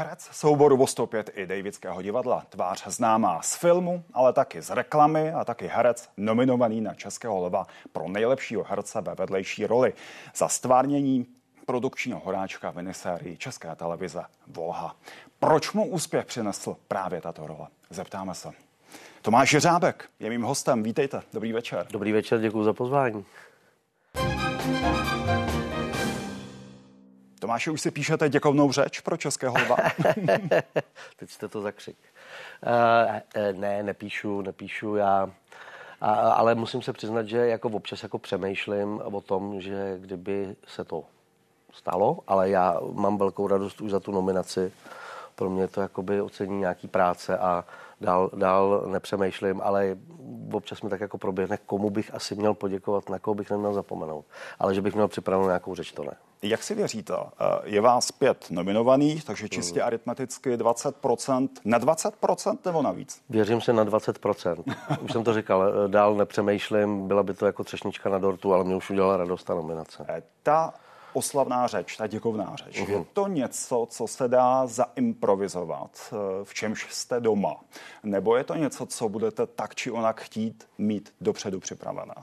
Herec souboru o 105 i Davidského divadla, tvář známá z filmu, ale taky z reklamy a taky herec nominovaný na Českého lva pro nejlepšího herce ve vedlejší roli za stvárnění produkčního horáčka v minisérii České televize Volha. Proč mu úspěch přinesl právě tato role? Zeptáme se. Tomáš Jeřábek je mým hostem. Vítejte. Dobrý večer. Dobrý večer, děkuji za pozvání. Tomáši, už si píšete děkovnou řeč pro Českého lva? Teď jste to zakřik. Ne, nepíšu já. Ale musím se přiznat, že jako občas jako přemýšlím o tom, že kdyby se to stalo, ale já mám velkou radost už za tu nominaci. Pro mě to jakoby ocení nějaký práce a dál nepřemýšlím, ale občas mi tak jako proběhne, komu bych asi měl poděkovat, na koho bych neměl zapomenout. Ale že bych měl připravenou nějakou řeč, to ne. Jak si věříte? Je vás 5 nominovaných, takže čistě aritmeticky 20%, na 20% nebo navíc? Věřím se na 20%. Už jsem to říkal, dál nepřemýšlím, byla by to jako třešnička na dortu, ale mě už udělala radost ta nominace. Ta oslavná řeč, ta děkovná řeč, je to něco, co se dá zaimprovizovat, v čemž jste doma? Nebo je to něco, co budete tak či onak chtít mít dopředu připravené?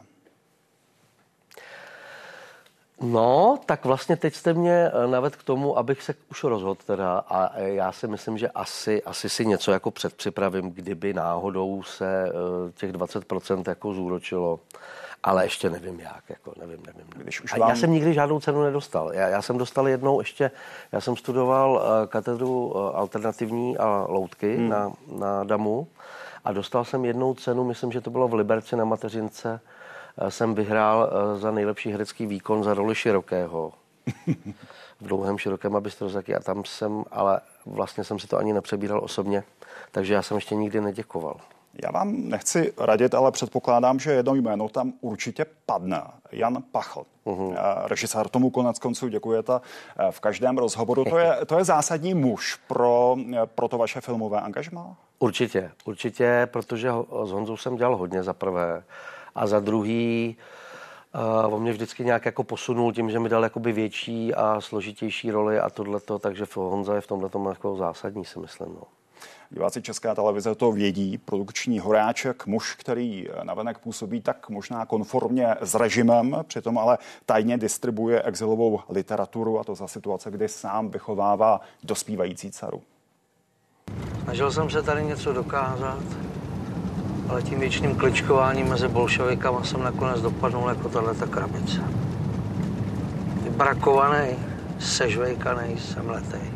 No, tak vlastně teď jste mě navedl k tomu, abych se už rozhodl teda a já si myslím, že asi si něco jako předpřipravím, kdyby náhodou se těch 20% jako zúročilo. Ale ještě nevím jak, jako nevím. Já jsem nikdy žádnou cenu nedostal. Já jsem dostal jednou ještě, já jsem studoval katedru alternativní a loutky na DAMu a dostal jsem jednou cenu, myslím, že to bylo v Liberci na Mateřince, jsem vyhrál za nejlepší herecký výkon za roli Širokého. V Dlouhém Širokém a Bystrozaky a tam ale vlastně jsem si to ani nepřebíral osobně, takže já jsem ještě nikdy neděkoval. Já vám nechci radit, ale předpokládám, že jedno jméno tam určitě padne. Jan Pachl. Režisér, tomu koneckonců děkujete v každém rozhovoru. To je zásadní muž pro to vaše filmové angažmá? Určitě, protože s Honzou jsem dělal hodně za prvé. A za druhý, on mě vždycky nějak jako posunul tím, že mi dal jakoby větší a složitější roli a tohleto, takže Honza je v tomhletom jako zásadní, si myslím. No. Diváci České televize to vědí, produkční horáček, muž, který navenek působí tak možná konformně s režimem, přitom ale tajně distribuje exilovou literaturu a to za situace, kdy sám vychovává dospívající dceru. Snažil jsem se tady něco dokázat, ale tím věčným kličkováním mezi bolševikama jsem nakonec dopadnul jako tahleta krabice. Vybrakovaný, sežvejkaný, semletej.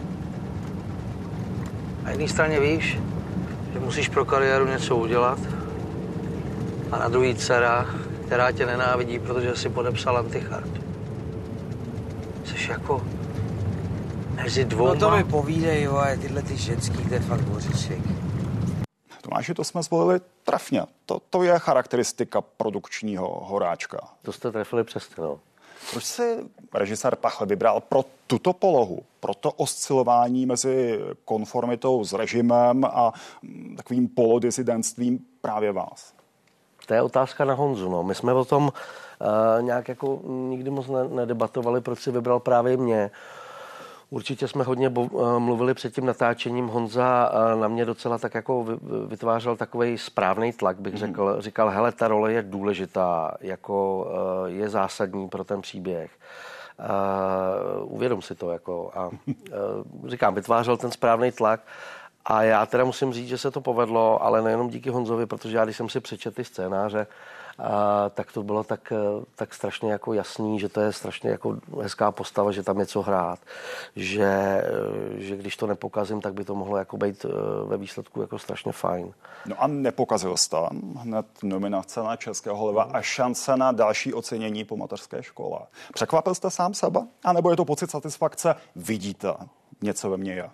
Na jedné straně víš, že musíš pro kariéru něco udělat a na druhý dcera, která tě nenávidí, protože si podepsal antichart. Jsi jako mezi dvouma... No to mi povídej, jo, a tyhle ty ženský, to je fakt boříček. Tomáši, to jsme zvolili trefně. To je charakteristika produkčního horáčka. To jste trefili přesně, no. Proč si režisér Pachl vybral pro tuto polohu, pro to oscilování mezi konformitou s režimem a takovým polodizidentstvím právě vás? To je otázka na Honzu. No. My jsme o tom nějak jako nikdy moc nedebatovali, proč si vybral právě mě. Určitě jsme hodně mluvili před tím natáčením. Honza na mě docela tak jako vytvářel takovej správný tlak, bych řekl. Říkal, hele, ta role je důležitá, jako je zásadní pro ten příběh. Uvědom si to, jako. A říkám, vytvářel ten správný tlak. A já teda musím říct, že se to povedlo, ale nejenom díky Honzovi, protože já, když jsem si přečetl ty scénáře, tak to bylo tak strašně jako jasný, že to je strašně jako hezká postava, že tam je co hrát, že když to nepokazím, tak by to mohlo jako být ve výsledku jako strašně fajn. No a nepokazil jste hned nominace na Českého lva a šance na další ocenění po mateřské škole. Překvapil jste sám sebe? A nebo je to pocit satisfakce? Vidíte, něco ve mně je.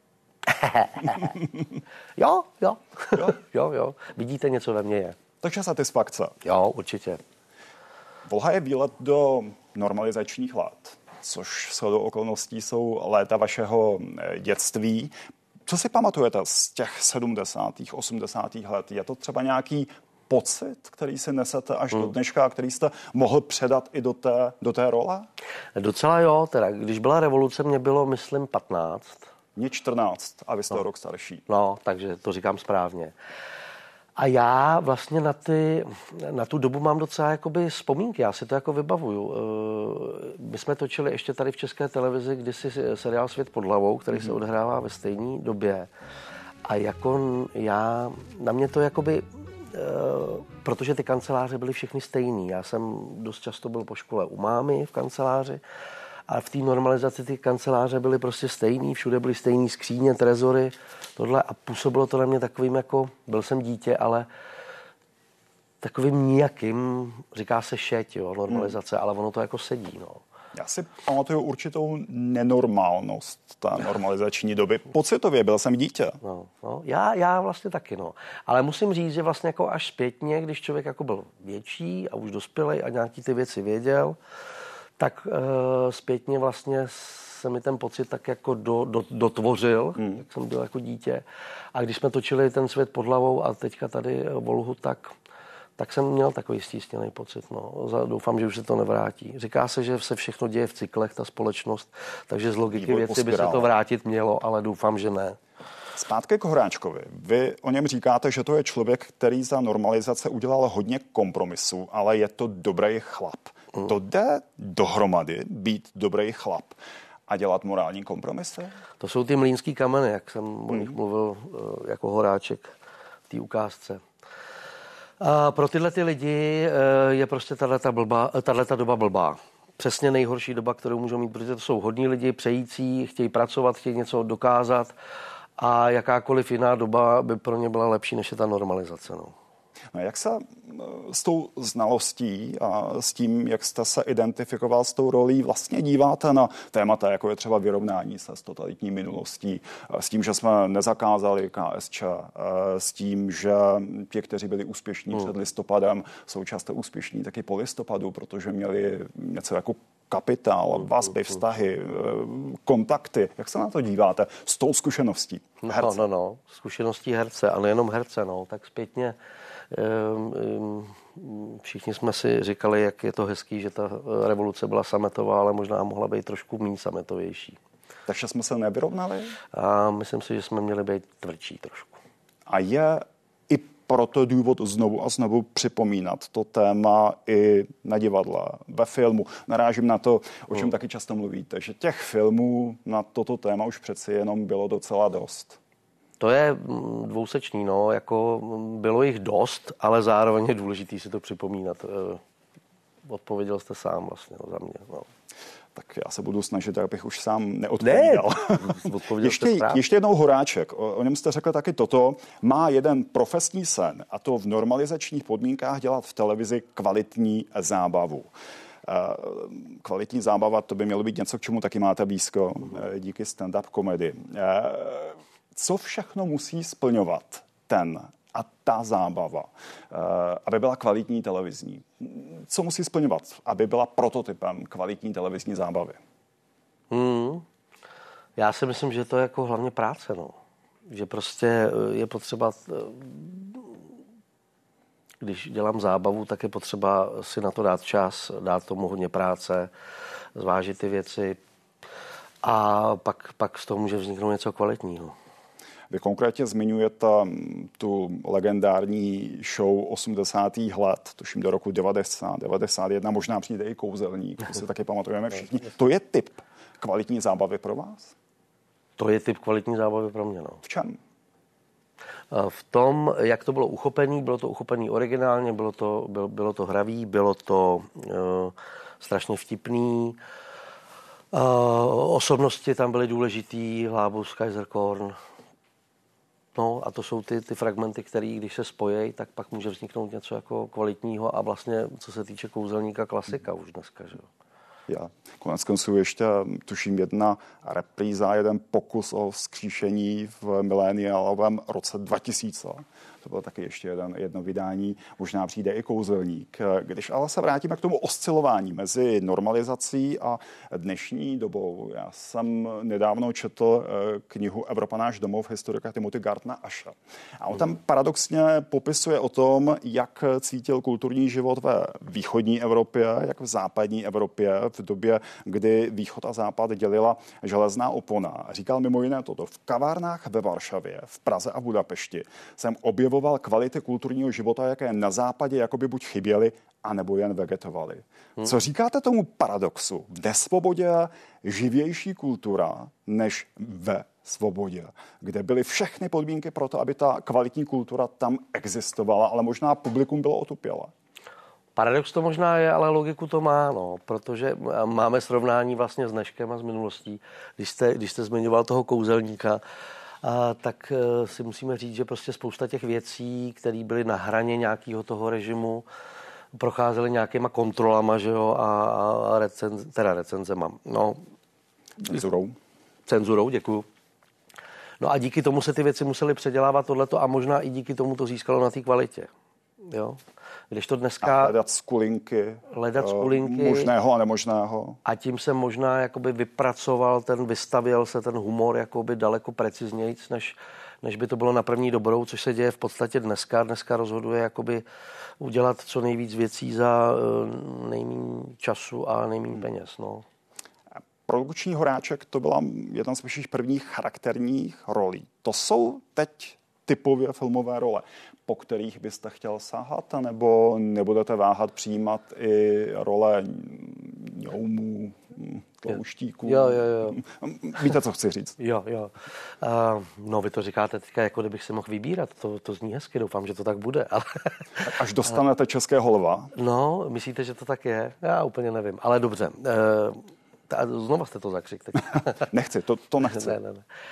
Jo. Vidíte, něco ve mně je. Takže satisfakce. Jo, určitě. Volha je výlet do normalizačních let, což shodou okolností jsou léta vašeho dětství. Co si pamatujete z těch 70. 80. let? Je to třeba nějaký pocit, který si nesete až do dneška a který jste mohl předat i do té role? Docela jo, teda. Když byla revoluce, mě bylo, myslím, 15. Mně 14 a vy jste rok starší. No, takže to říkám správně. A já vlastně na tu dobu mám docela jakoby vzpomínky, já si to jako vybavuju. My jsme točili ještě tady v České televizi kdysi seriál Svět pod hlavou, který se odhrává ve stejné době. A jako na mě to jakoby, protože ty kanceláře byly všechny stejný. Já jsem dost často byl po škole u mámy v kanceláři a v té normalizaci ty kanceláře byly prostě stejný, všude byly stejný skříně, trezory, tohle a působilo to na mě takovým jako, byl jsem dítě, ale takovým nijakým, říká se šeť, jo, normalizace, ale ono to jako sedí, no. Já si pamatuju určitou nenormálnost té normalizační doby. Pocitově byl jsem dítě. No, já vlastně taky, no. Ale musím říct, že vlastně jako až zpětně, když člověk jako byl větší a už dospělej a nějaký ty věci věděl, tak zpětně vlastně se mi ten pocit tak jako dotvořil, jak jsem byl jako dítě. A když jsme točili ten Svět pod hlavou a teďka tady Volhu, tak jsem měl takový stísněný pocit. No. Doufám, že už se to nevrátí. Říká se, že se všechno děje v cyklech, ta společnost, takže z logiky věci by se to vrátit mělo, ale doufám, že ne. Zpátky k Horáčkovi. Vy o něm říkáte, že to je člověk, který za normalizace udělal hodně kompromisů, ale je to dobrý chlap. To jde dohromady být dobrý chlap a dělat morální kompromisy? To jsou ty mlýnský kameny, jak jsem o nich mluvil jako Horáček v té ukázce. A pro tyhle ty lidi je prostě tato doba blbá. Přesně nejhorší doba, kterou můžou mít, protože to jsou hodní lidi, přející, chtějí pracovat, chtějí něco dokázat a jakákoliv jiná doba by pro ně byla lepší, než je ta normalizace. No. No jak se s tou znalostí a s tím, jak jste se identifikoval s tou rolí, vlastně díváte na témata, jako je třeba vyrovnání se s totalitní minulostí, s tím, že jsme nezakázali KSČ, s tím, že ti, kteří byli úspěšní před listopadem, jsou často úspěšní taky po listopadu, protože měli něco jako kapitál, vazby, vztahy, kontakty. Jak se na to díváte s tou zkušeností herce? No, zkušeností herce a nejenom herce, no, tak zpětně všichni jsme si říkali, jak je to hezký, že ta revoluce byla sametová, ale možná mohla být trošku méně sametovější. Takže jsme se nevyrovnali? A myslím si, že jsme měli být tvrdší trošku. A je i proto důvod znovu a znovu připomínat to téma i na divadle, ve filmu. Narážím na to, o čem taky často mluvíte, že těch filmů na toto téma už přeci jenom bylo docela dost. To je dvousečný, no, jako bylo jich dost, ale zároveň je důležitý si to připomínat. Odpověděl jste sám vlastně za mě, no. Tak já se budu snažit, abych už sám neodpovídal. Ještě jednou Horáček, o něm jste řekl taky toto, má jeden profesní sen a to v normalizačních podmínkách dělat v televizi kvalitní zábavu. Kvalitní zábava, to by mělo být něco, k čemu taky máte blízko díky stand-up komedii. Co všechno musí splňovat ten a ta zábava, aby byla kvalitní televizní? Co musí splňovat, aby byla prototypem kvalitní televizní zábavy? Já si myslím, že to je jako hlavně práce, no. Že prostě je potřeba, když dělám zábavu, tak je potřeba si na to dát čas, dát tomu hodně práce, zvážit ty věci a pak z toho může vzniknout něco kvalitního. Vy konkrétně zmiňujete tu legendární show 80. let, tuším do roku 90, 91, možná přijde i Kouzelník, to si taky pamatujeme všichni. To je typ kvalitní zábavy pro vás? To je typ kvalitní zábavy pro mě, no. V čem? V tom, jak to bylo uchopený originálně, bylo to hravý, bylo to strašně vtipný. Osobnosti tam byly důležitý, Lábus, Kaiserkorn. No a to jsou ty fragmenty, které když se spojí, tak pak může vzniknout něco jako kvalitního a vlastně, co se týče Kouzelníka, klasika už dneska, že jo. Já koneckonců ještě tuším jedna repríza, jeden pokus o vzkříšení v milénialovém roce 2000. to bylo taky ještě jedno vydání, možná přijde i Kouzelník. Když ale se vrátíme k tomu oscilování mezi normalizací a dnešní dobou. Já jsem nedávno četl knihu Evropa náš domov historika Timothy Gartna Asha. A on tam paradoxně popisuje o tom, jak cítil kulturní život ve východní Evropě, jak v západní Evropě v době, kdy východ a západ dělila železná opona. Říkal mimo jiné toto: v kavárnách ve Varšavě, v Praze a Budapešti jsem objevoval kvality kulturního života, jaké na západě jakoby buď chyběly, anebo jen vegetovaly. Co říkáte tomu paradoxu? V nesvobodě živější kultura než ve svobodě, kde byly všechny podmínky pro to, aby ta kvalitní kultura tam existovala, ale možná publikum bylo otupělé. Paradox to možná je, ale logiku to má, no, protože máme srovnání vlastně s dneškem a s minulostí. Když jste zmiňoval toho Kouzelníka, tak si musíme říct, že prostě spousta těch věcí, které byly na hraně nějakého toho režimu, procházely nějakýma kontrolama, že jo, a recenzema. No, Cenzurou, děkuju. No a díky tomu se ty věci musely předělávat tohleto a možná i díky tomu to získalo na té kvalitě. Jo. Když to dneska... Hledat skulinky. Možného a nemožného. A tím se možná jakoby vystavěl se ten humor jakoby daleko preciznějc, než by to bylo na první dobrou, což se děje v podstatě dneska. Dneska rozhoduje jakoby udělat co nejvíc věcí za nejméně času a nejméně peněz. No. Produkční Horáček to byla jedna z vašich prvních charakterních rolí. To jsou teď typově filmové role, po kterých byste chtěl sahat, nebo nebudete váhat přijímat i role ňoumů, tlouštíků? Jo. Víte, co chci říct? Jo. No, vy to říkáte teďka, jako kdybych si mohl vybírat. To zní hezky, doufám, že to tak bude. Ale... Až dostanete českého lva? No, myslíte, že to tak je? Já úplně nevím, ale dobře. Znova jste to zakřik. Tak... Nechci, to nechci. Ne.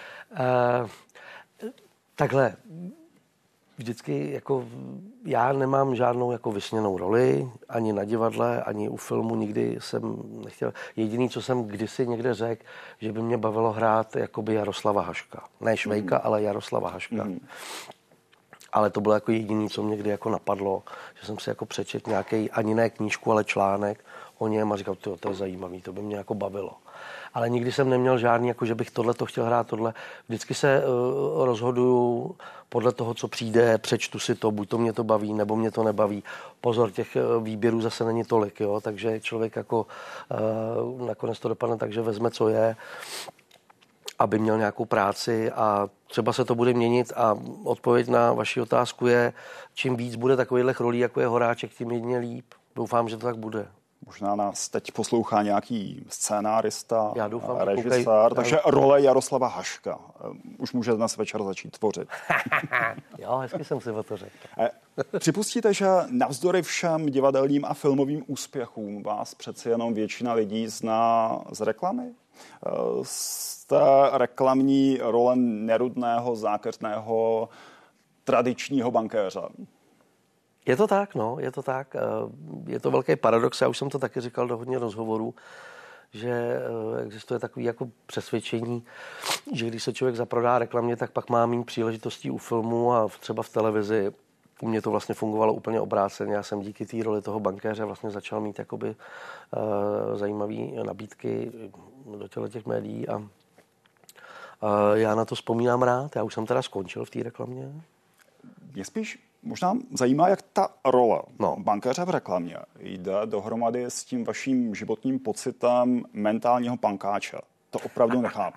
Takhle, vždycky jako já nemám žádnou jako vysněnou roli, ani na divadle, ani u filmu, nikdy jsem nechtěl. Jediný, co jsem kdysi někde řekl, že by mě bavilo hrát jakoby Jaroslava Haška. Ne Švejka, ale Jaroslava Haška. Ale to bylo jako jediný, co mě kdy jako napadlo, že jsem si jako přečetl nějaký, ani ne knížku, ale článek o něm a říkal, to je zajímavý, to by mě jako bavilo. Ale nikdy jsem neměl žádný, jako že bych tohle chtěl hrát, tohle. Vždycky se rozhoduju podle toho, co přijde, přečtu si to, buď to mě to baví, nebo mě to nebaví. Pozor, těch výběrů zase není tolik, jo? Takže člověk jako nakonec to dopadne tak, že vezme, co je, aby měl nějakou práci a třeba se to bude měnit a odpověď na vaši otázku je, čím víc bude takovýchhle rolí, jako je Horáček, tím jedině líp. Doufám, že to tak bude. Možná nás teď poslouchá nějaký scénárista, doufám, režisér, takže role Jaroslava Haška. Už může dnes večer začít tvořit. Jo, hezky jsem si o to řekl. Připustíte, že navzdory všem divadelním a filmovým úspěchům vás přeci jenom většina lidí zná z reklamy? Z té reklamní role nerudného, zákeřného, tradičního bankéře? Je to tak, no, je to tak. Je to velký paradox, já už jsem to taky říkal do hodně rozhovorů, že existuje takový jako přesvědčení, že když se člověk zaprodá reklamě, tak pak má méně příležitostí u filmu a třeba v televizi. U mě to vlastně fungovalo úplně obráceně. Já jsem díky té roli toho bankéře vlastně začal mít jakoby zajímavé nabídky do těch médií a já na to vzpomínám rád. Já už jsem teda skončil v té reklamě. Mě spíš možná zajímá, jak ta role bankéře v reklamě jde dohromady s tím vaším životním pocitem mentálního pankáče. To opravdu nechápu.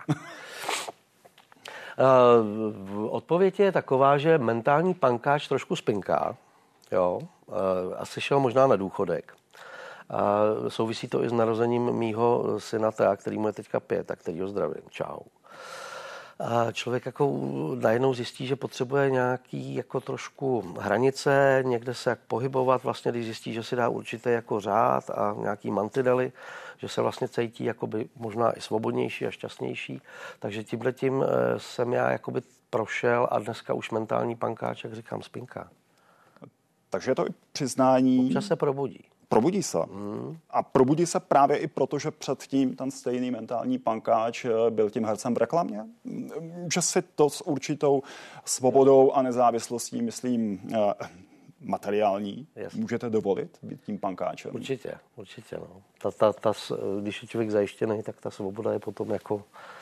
Odpověď je taková, že mentální pankáč trošku spinká. Jo? Asi šel možná na důchodek. Souvisí to i s narozením mýho syna Thea, který mu je teďka 5 a kterýho zdravím. Čau. Člověk jako najednou zjistí, že potřebuje nějaký jako trošku hranice, někde se jak pohybovat, vlastně když zjistí, že si dá určitý jako řád a nějaký mantidely, že se vlastně cítí jakoby možná i svobodnější a šťastnější. Takže tímhletím jsem já jakoby prošel a dneska už mentální pankáč, jak říkám, spinka. Takže je to i přiznání... Občas se probudí. Probudí se. A probudí se právě i proto, že předtím ten stejný mentální pankáč byl tím hercem v reklamě. Že si to s určitou svobodou a nezávislostí, myslím, materiální, můžete dovolit být tím pankáčem? Určitě. No. Když je člověk zajištěný, tak ta svoboda je potom jako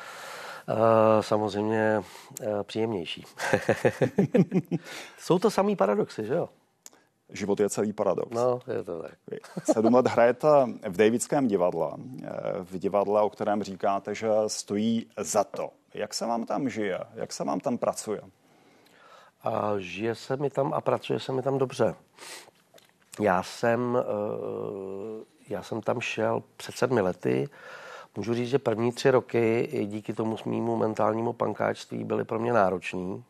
samozřejmě příjemnější. Jsou to samý paradoxy, že jo? Život je celý paradox. No, je to tak. 7 let hrajete v Davidském divadle. V divadle, o kterém říkáte, že stojí za to. Jak se vám tam žije? Jak se vám tam pracuje? A žije se mi tam a pracuje se mi tam dobře. Já jsem tam šel před 7 lety. Můžu říct, že první 3 roky i díky tomu mému mentálnímu pankáčství byly pro mě náročný.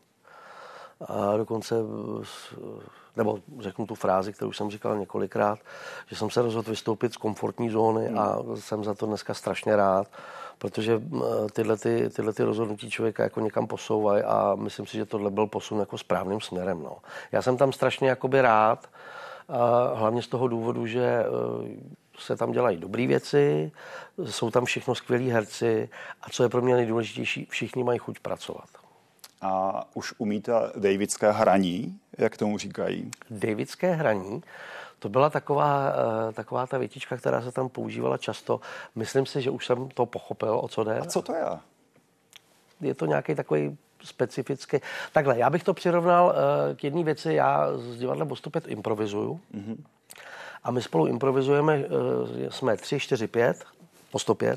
A dokonce, nebo řeknu tu frázi, kterou jsem říkal několikrát, že jsem se rozhodl vystoupit z komfortní zóny a jsem za to dneska strašně rád, protože tyhle rozhodnutí člověka jako někam posouvají a myslím si, že tohle byl posun jako správným směrem. No. Já jsem tam strašně jakoby rád, hlavně z toho důvodu, že se tam dělají dobré věci, jsou tam všechno skvělí herci a co je pro mě nejdůležitější, všichni mají chuť pracovat. A už umíte davidské hraní, jak tomu říkají? Davidské hraní, to byla taková ta větička, která se tam používala často. Myslím si, že už jsem to pochopil, o co jde. A co to je? Je to nějaký takový specifický. Takhle, já bych to přirovnal k jedné věci. Já s divadlem o 105 improvizuju. A my spolu improvizujeme, jsme 3, 4, 5, po 105.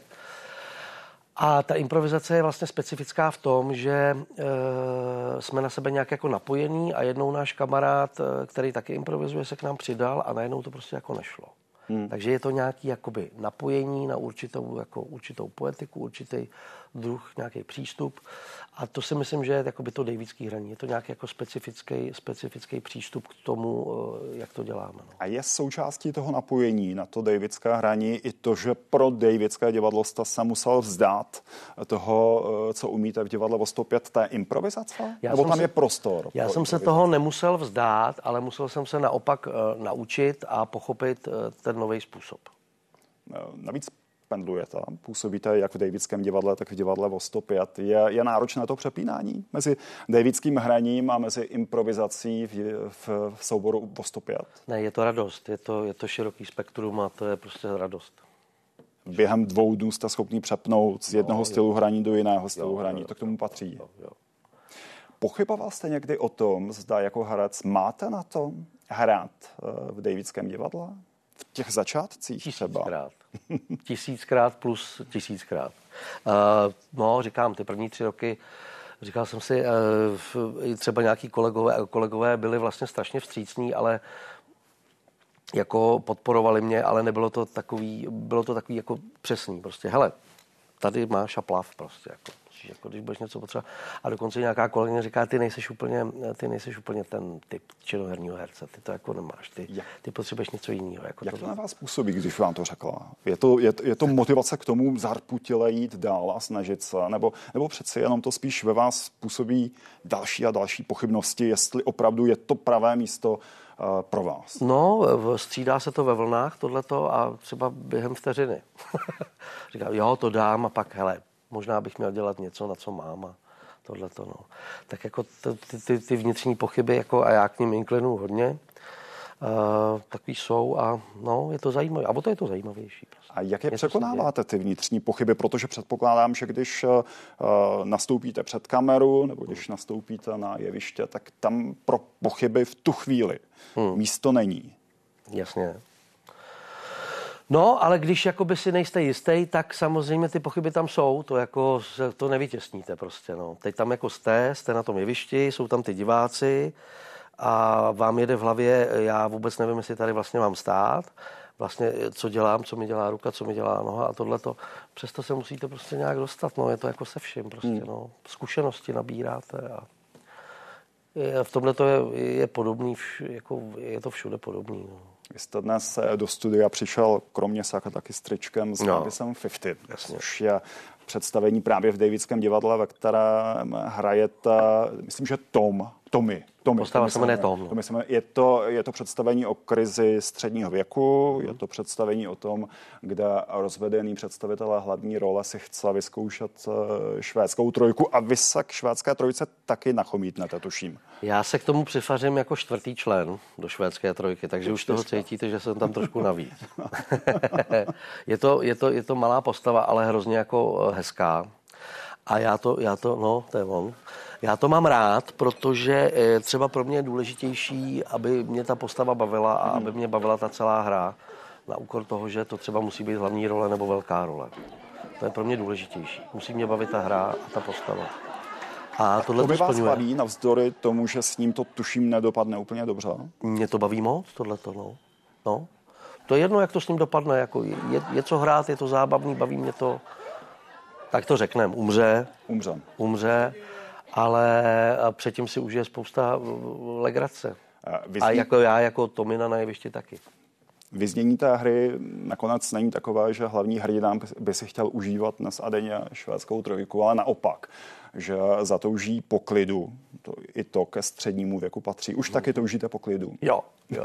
A ta improvizace je vlastně specifická v tom, že jsme na sebe nějak jako napojení a jednou náš kamarád, který taky improvizuje, se k nám přidal a najednou to prostě jako nešlo. Takže je to nějaký jakoby napojení na určitou poetiku, určitý druh, nějaký přístup. A to si myslím, že je jakoby to davidský hraní. Je to nějaký jako specifický přístup k tomu, jak to děláme. No. A je součástí toho napojení na to davidské hraní i to, že pro davidské divadlo jste se musel vzdát toho, co umíte v divadle o 105, té improvizace? Nebo tam je prostor? Já jsem se toho nemusel vzdát, ale musel jsem se naopak naučit a pochopit ten nový způsob. Navíc pendlujete, působíte jak v davidském divadle, tak v divadle o 105. Je náročné to přepínání mezi davidským hraním a mezi improvizací v souboru o 105? Ne, je to radost. Je to široký spektrum a to je prostě radost. Během 2 dnů jste schopný přepnout z jednoho stylu hraní do jiného stylu hraní. To k tomu patří. Jo. Pochyboval jste někdy o tom, zda jako herec máte na to hrát v davidském divadle? V těch začátcích třeba? 1000krát plus 1000krát. No, říkám, ty první 3 roky, říkal jsem si, třeba nějaký kolegové byli vlastně strašně vstřícní, ale jako podporovali mě, ale nebylo to takový, bylo to takový jako přesný. Prostě, hele, tady máš a plav prostě, jako když budeš něco potřeba. A dokonce nějaká kolegyně říká, ty nejseš úplně ten typ činoherního herce, ty to jako nemáš, ty potřebuješ něco jiného. Jako jak to na vás působí, když vám to řekla? Je to motivace k tomu zarputile jít dál a snažit se, nebo přeci jenom to spíš ve vás působí další a další pochybnosti, jestli opravdu je to pravé místo pro vás? No, střídá se to ve vlnách, tohleto, a třeba během vteřiny. Říkám, jo, to dám a pak, hele, možná bych měl dělat něco, na co mám a tohleto, no. Tak jako ty vnitřní pochyby, jako, a já k ním inklinuju hodně, takový jsou a no, je to zajímavé. A o to je to zajímavější. Prostě. A jak je překonáváte ty vnitřní pochyby? Protože předpokládám, že když nastoupíte před kameru nebo když nastoupíte na jeviště, tak tam pro pochyby v tu chvíli místo není. Jasně. No, ale když jakoby si nejste jistý, tak samozřejmě ty pochyby tam jsou, to nevytěsníte prostě, no. Teď tam jako jste na tom jevišti, jsou tam ty diváci a vám jede v hlavě, já vůbec nevím, jestli tady vlastně mám stát, vlastně co dělám, co mi dělá ruka, co mi dělá noha a tohleto. Přesto se musíte prostě nějak dostat, no, je to jako se vším prostě, no. Zkušenosti nabíráte a v tomhle to je podobný, jako je to všude podobný, no. Vy jste dnes do studia přišel kromě saka taky s tričkem s nápisem 50, což je představení právě v Davidském divadle, ve kterém hrajete, myslím, že Tommy. Postava se jmenuje Tom. Je to představení o krizi středního věku, je to představení o tom, kde rozvedený představitelé hlavní role si chce vyzkoušet švédskou trojku a vy se k švédské trojce taky nachomítnete, tuším. Já se k tomu přifařím jako 4. člen do švédské trojky, takže už toho cítíte, že jsem tam trošku navíc. je to malá postava, ale hrozně jako hezká. A to je on. Já to mám rád, protože třeba pro mě je důležitější, aby mě ta postava bavila a aby mě bavila ta celá hra, na úkor toho, že to třeba musí být hlavní role nebo velká role. To je pro mě důležitější. Musí mě bavit ta hra a ta postava. A tohle to by vás baví navzdory tomu, že s ním to tuším nedopadne úplně dobře? Mě to baví moc, tohleto, no. To je jedno, jak to s ním dopadne. Jako je co hrát, je to zábavný, baví mě to. Tak to řekneme, umře, ale předtím si užije spousta legrace. A jako já, jako Tomina na jevišti taky. Vyznění té hry nakonec není takové, že hlavní hrdina by si chtěl užívat dnes a denně švédskou trojku, ale naopak, že zatouží po klidu. I to ke střednímu věku patří. Už taky toužíte po klidu. Jo.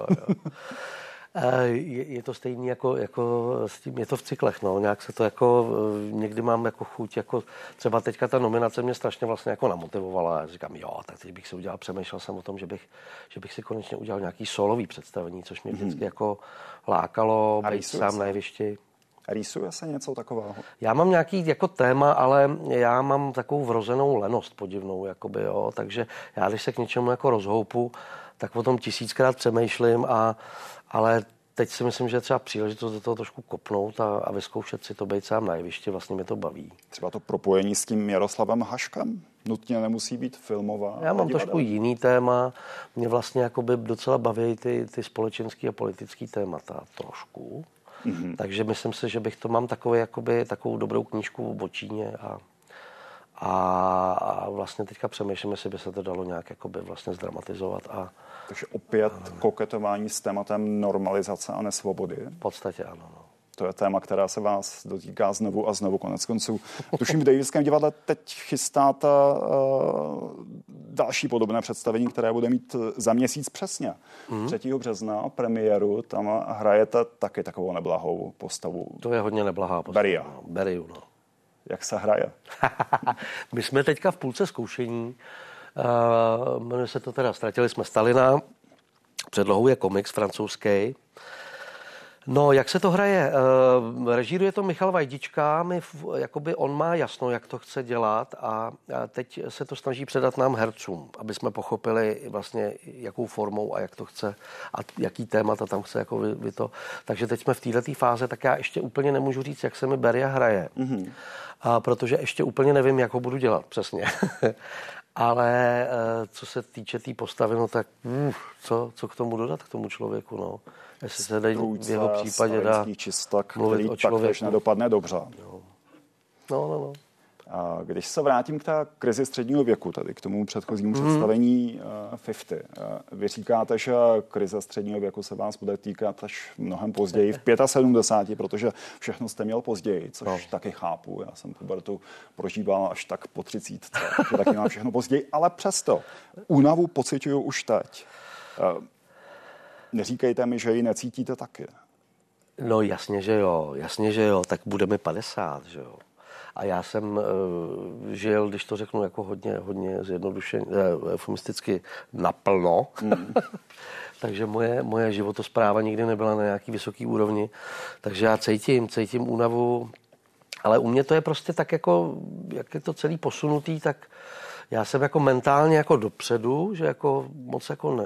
Je to stejný jako s tím, je to v cyklech, no, nějak se to jako, někdy mám jako chuť, jako třeba teďka ta nominace mě strašně vlastně jako namotivovala, já říkám, tak teď bych si udělal, přemýšlel jsem o tom, že bych si konečně udělal nějaký solový představení, což mě vždycky jako lákalo, být sám na jevišti. Rýsuje se něco takového? Já mám nějaký jako téma, ale já mám takovou vrozenou lenost podivnou, jakoby, jo, takže já, když se k něčemu jako rozhoupu, tak o tom 1000krát přemýšlím, ale teď si myslím, že je třeba příležitost do toho trošku kopnout a vyzkoušet si to být sám na jevišti, vlastně mě to baví. Třeba to propojení s tím Jaroslavem Haškem nutně nemusí být filmová. Já mám trošku jiný téma, mě vlastně jakoby docela baví ty společenský a politický témata trošku. Mm-hmm. Takže myslím si, že mám takovou dobrou knížku v Bočíně a vlastně teďka přemýšlím, jestli by se to dalo nějak jakoby vlastně zdramatizovat. Takže opět koketování s tématem normalizace a nesvobody. V podstatě ano. No. To je téma, která se vás dotýká znovu a znovu, konec konců. Tuším, v Davidském divadle teď chystáte další podobné představení, které bude mít za měsíc přesně. 3. března premiéru, tam hrajete taky takovou neblahou postavu. To je hodně neblahá postava. Beriu, no. Jak se hraje? My jsme teďka v půlce zkoušení. Jmenuje se to teda Ztratili jsme Stalina. Předlohou je komiks francouzský. No, jak se to hraje? Režíruje to Michal Vajdička, jakoby on má jasno, jak to chce dělat a teď se to snaží předat nám hercům, aby jsme pochopili vlastně, jakou formou a jak to chce a jaký témata tam chce jako vy to. Takže teď jsme v této fáze, tak já ještě úplně nemůžu říct, jak se mi Beria hraje, protože ještě úplně nevím, jak ho budu dělat přesně. Ale co se týče té postavy, no tak co k tomu dodat, k tomu člověku, no. Jestli se v jeho případě dá čistak, mluvit o člověku. Taktéž nedopadne dobře. No. A když se vrátím k té krizi středního věku, tady k tomu předchozímu představení 50. Vy říkáte, že krize středního věku se vás bude týkat až mnohem později, v 75, protože všechno jste měl později, což taky chápu. Já jsem pubertu prožíval až tak po 30, takže taky mám všechno později, ale přesto únavu pociťuju už teď. Neříkejte mi, že ji necítíte taky. No jasně, že jo, tak bude mi 50, že jo. A já jsem žil, když to řeknu jako hodně zjednodušeně, eufemisticky naplno. Takže moje životospráva nikdy nebyla na nějaký vysoký úrovni. Takže já cítím únavu, ale u mě to je prostě tak jako, jak je to celý posunutý, tak já jsem jako mentálně jako dopředu, že jako moc jako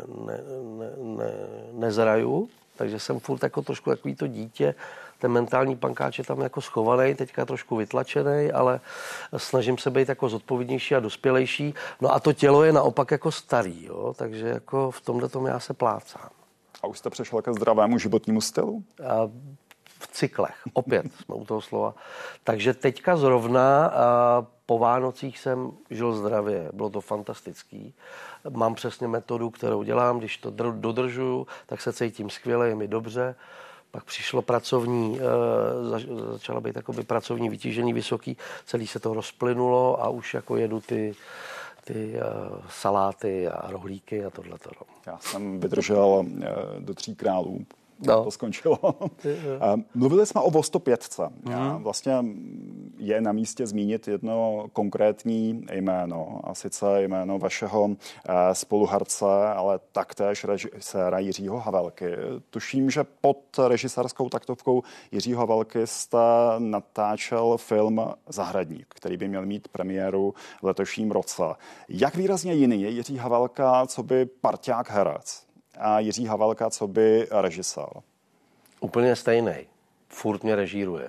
nezraju, takže jsem furt jako trošku takový to dítě, ten mentální pankáč je tam jako schovaný, teďka trošku vytlačený, ale snažím se být jako zodpovědnější a dospělejší. No a to tělo je naopak jako starý, jo? Takže jako v tomhletom já se plácám. A už jste přešel ke zdravému životnímu stylu? V cyklech, opět jsme u toho slova. Takže teďka zrovna po Vánocích jsem žil zdravě, bylo to fantastický. Mám přesně metodu, kterou dělám, když to dodržuju, tak se cítím skvěle, je mi dobře. Pak přišlo začala být takový pracovní vytížení vysoký, celý se to rozplynulo a už jako jedu ty ty saláty a rohlíky a tohleto. No. Já jsem vydržel do 3 králů. No. To skončilo. Mluvili jsme o Vostopětce. Vlastně je na místě zmínit jedno konkrétní jméno, a sice jméno vašeho spoluherce, ale taktéž režiséra Jiřího Havelky. Tuším, že pod režisérskou taktovkou Jiřího Havelky jste natáčel film Zahradník, který by měl mít premiéru v letošním roce. Jak výrazně jiný je Jiří Havelka, co by parťák herec, a Jiří Havelka, co by režisér? Úplně stejný. Furt mě režíruje.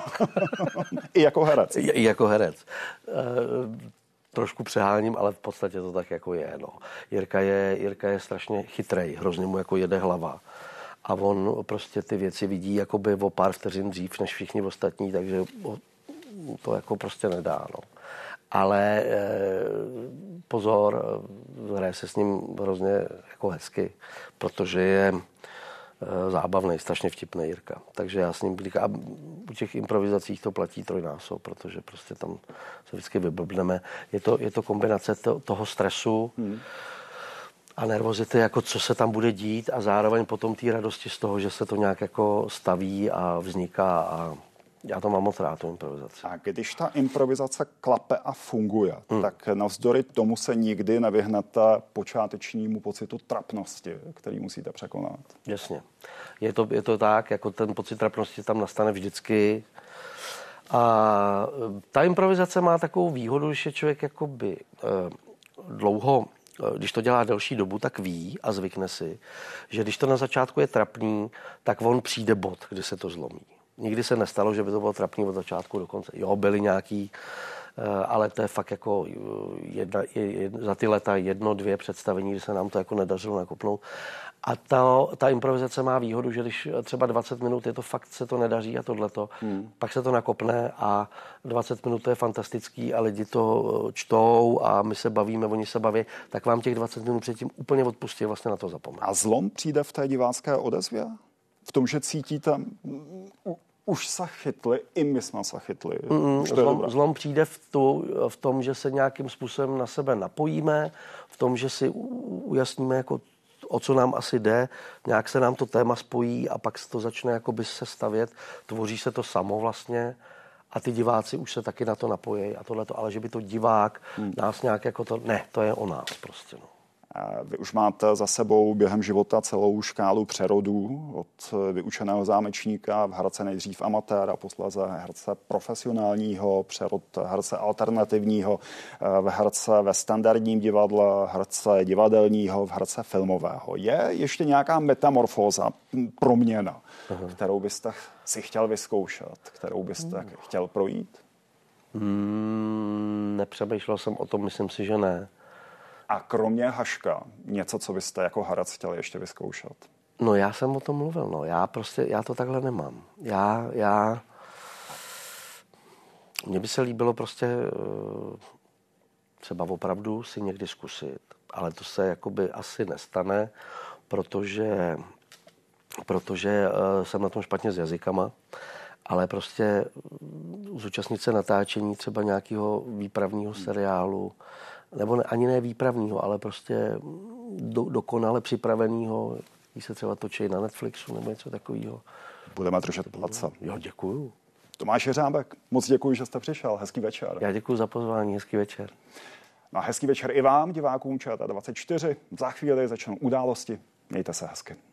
I jako herec. I jako herec. Trošku přeháním, ale v podstatě to tak jako je. No. Jirka je strašně chytrej, hrozně mu jako jede hlava. A on prostě ty věci vidí jakoby o pár vteřin dřív než všichni ostatní, takže to jako prostě nedá. No. Ale pozor, hraje se s ním hrozně jako hezky, protože je zábavný, strašně vtipný Jirka. Takže já s ním a u těch improvizacích to platí trojnásob, protože prostě tam se vždycky vyblbneme. Je to kombinace toho stresu a nervozity, jako co se tam bude dít, a zároveň potom té radosti z toho, že se to nějak jako staví a vzniká, a já to mám moc rád, tu improvizaci. A když ta improvizace klape a funguje, tak navzdory tomu se nikdy nevyhnete počátečnímu pocitu trapnosti, který musíte překonat. Jasně. Je to tak, jako ten pocit trapnosti tam nastane vždycky. A ta improvizace má takovou výhodu, že člověk jakoby dlouho, když to dělá delší dobu, tak ví a zvykne si, že když to na začátku je trapný, tak on přijde bod, kdy se to zlomí. Nikdy se nestalo, že by to bylo trapný od začátku do konce. Jo, byly nějaký, ale to je fakt jako za ty leta 1-2 představení, kdy se nám to jako nedařilo nakopnout. A ta improvizace má výhodu, že když třeba 20 minut je to fakt, se to nedaří a tohleto, pak se to nakopne a 20 minut to je fantastický a lidi to čtou a my se bavíme, oni se baví, tak vám těch 20 minut předtím úplně odpustí, vlastně na to zapomenout. A zlom přijde v té divácké odezvě? V tom, že cítíte, už se chytli, i my jsme se chytli. Zlom přijde v tom, že se nějakým způsobem na sebe napojíme, v tom, že si ujasníme, jako, o co nám asi jde, nějak se nám to téma spojí a pak se to začne jakoby se stavět, tvoří se to samo vlastně a ty diváci už se taky na to napojí a tohleto, ale že by to divák nás nějak jako to, ne, to je o nás prostě, no. Vy už máte za sebou během života celou škálu přerodů, od vyučeného zámečníka v herce nejdřív amatéra, posléze herce profesionálního, přerod herce alternativního, v herce ve standardním divadle, herce divadelního, v herce filmového. Je ještě nějaká metamorfóza, proměna, kterou byste si chtěl vyzkoušet, kterou byste chtěl projít? Nepřemýšlel jsem o tom, myslím si, že ne. A kromě Haška, něco, co byste jako herec chtěli ještě vyzkoušet? No já jsem o tom mluvil, no. Já to takhle nemám. Mně by se líbilo prostě třeba opravdu si někdy zkusit, ale to se jakoby asi nestane, protože jsem na tom špatně s jazykama, ale prostě zúčastnit se natáčení třeba nějakého výpravního seriálu, nebo ani ne výpravního, ale prostě dokonale připraveného, když se třeba točí na Netflixu nebo něco takového. Budeme držet palce. Jo, děkuju. Tomáš Jeřábek, moc děkuji, že jste přišel. Hezký večer. Já děkuji za pozvání, hezký večer. No a hezký večer i vám, divákům ČT24. Za chvíli začnou události. Mějte se hezky.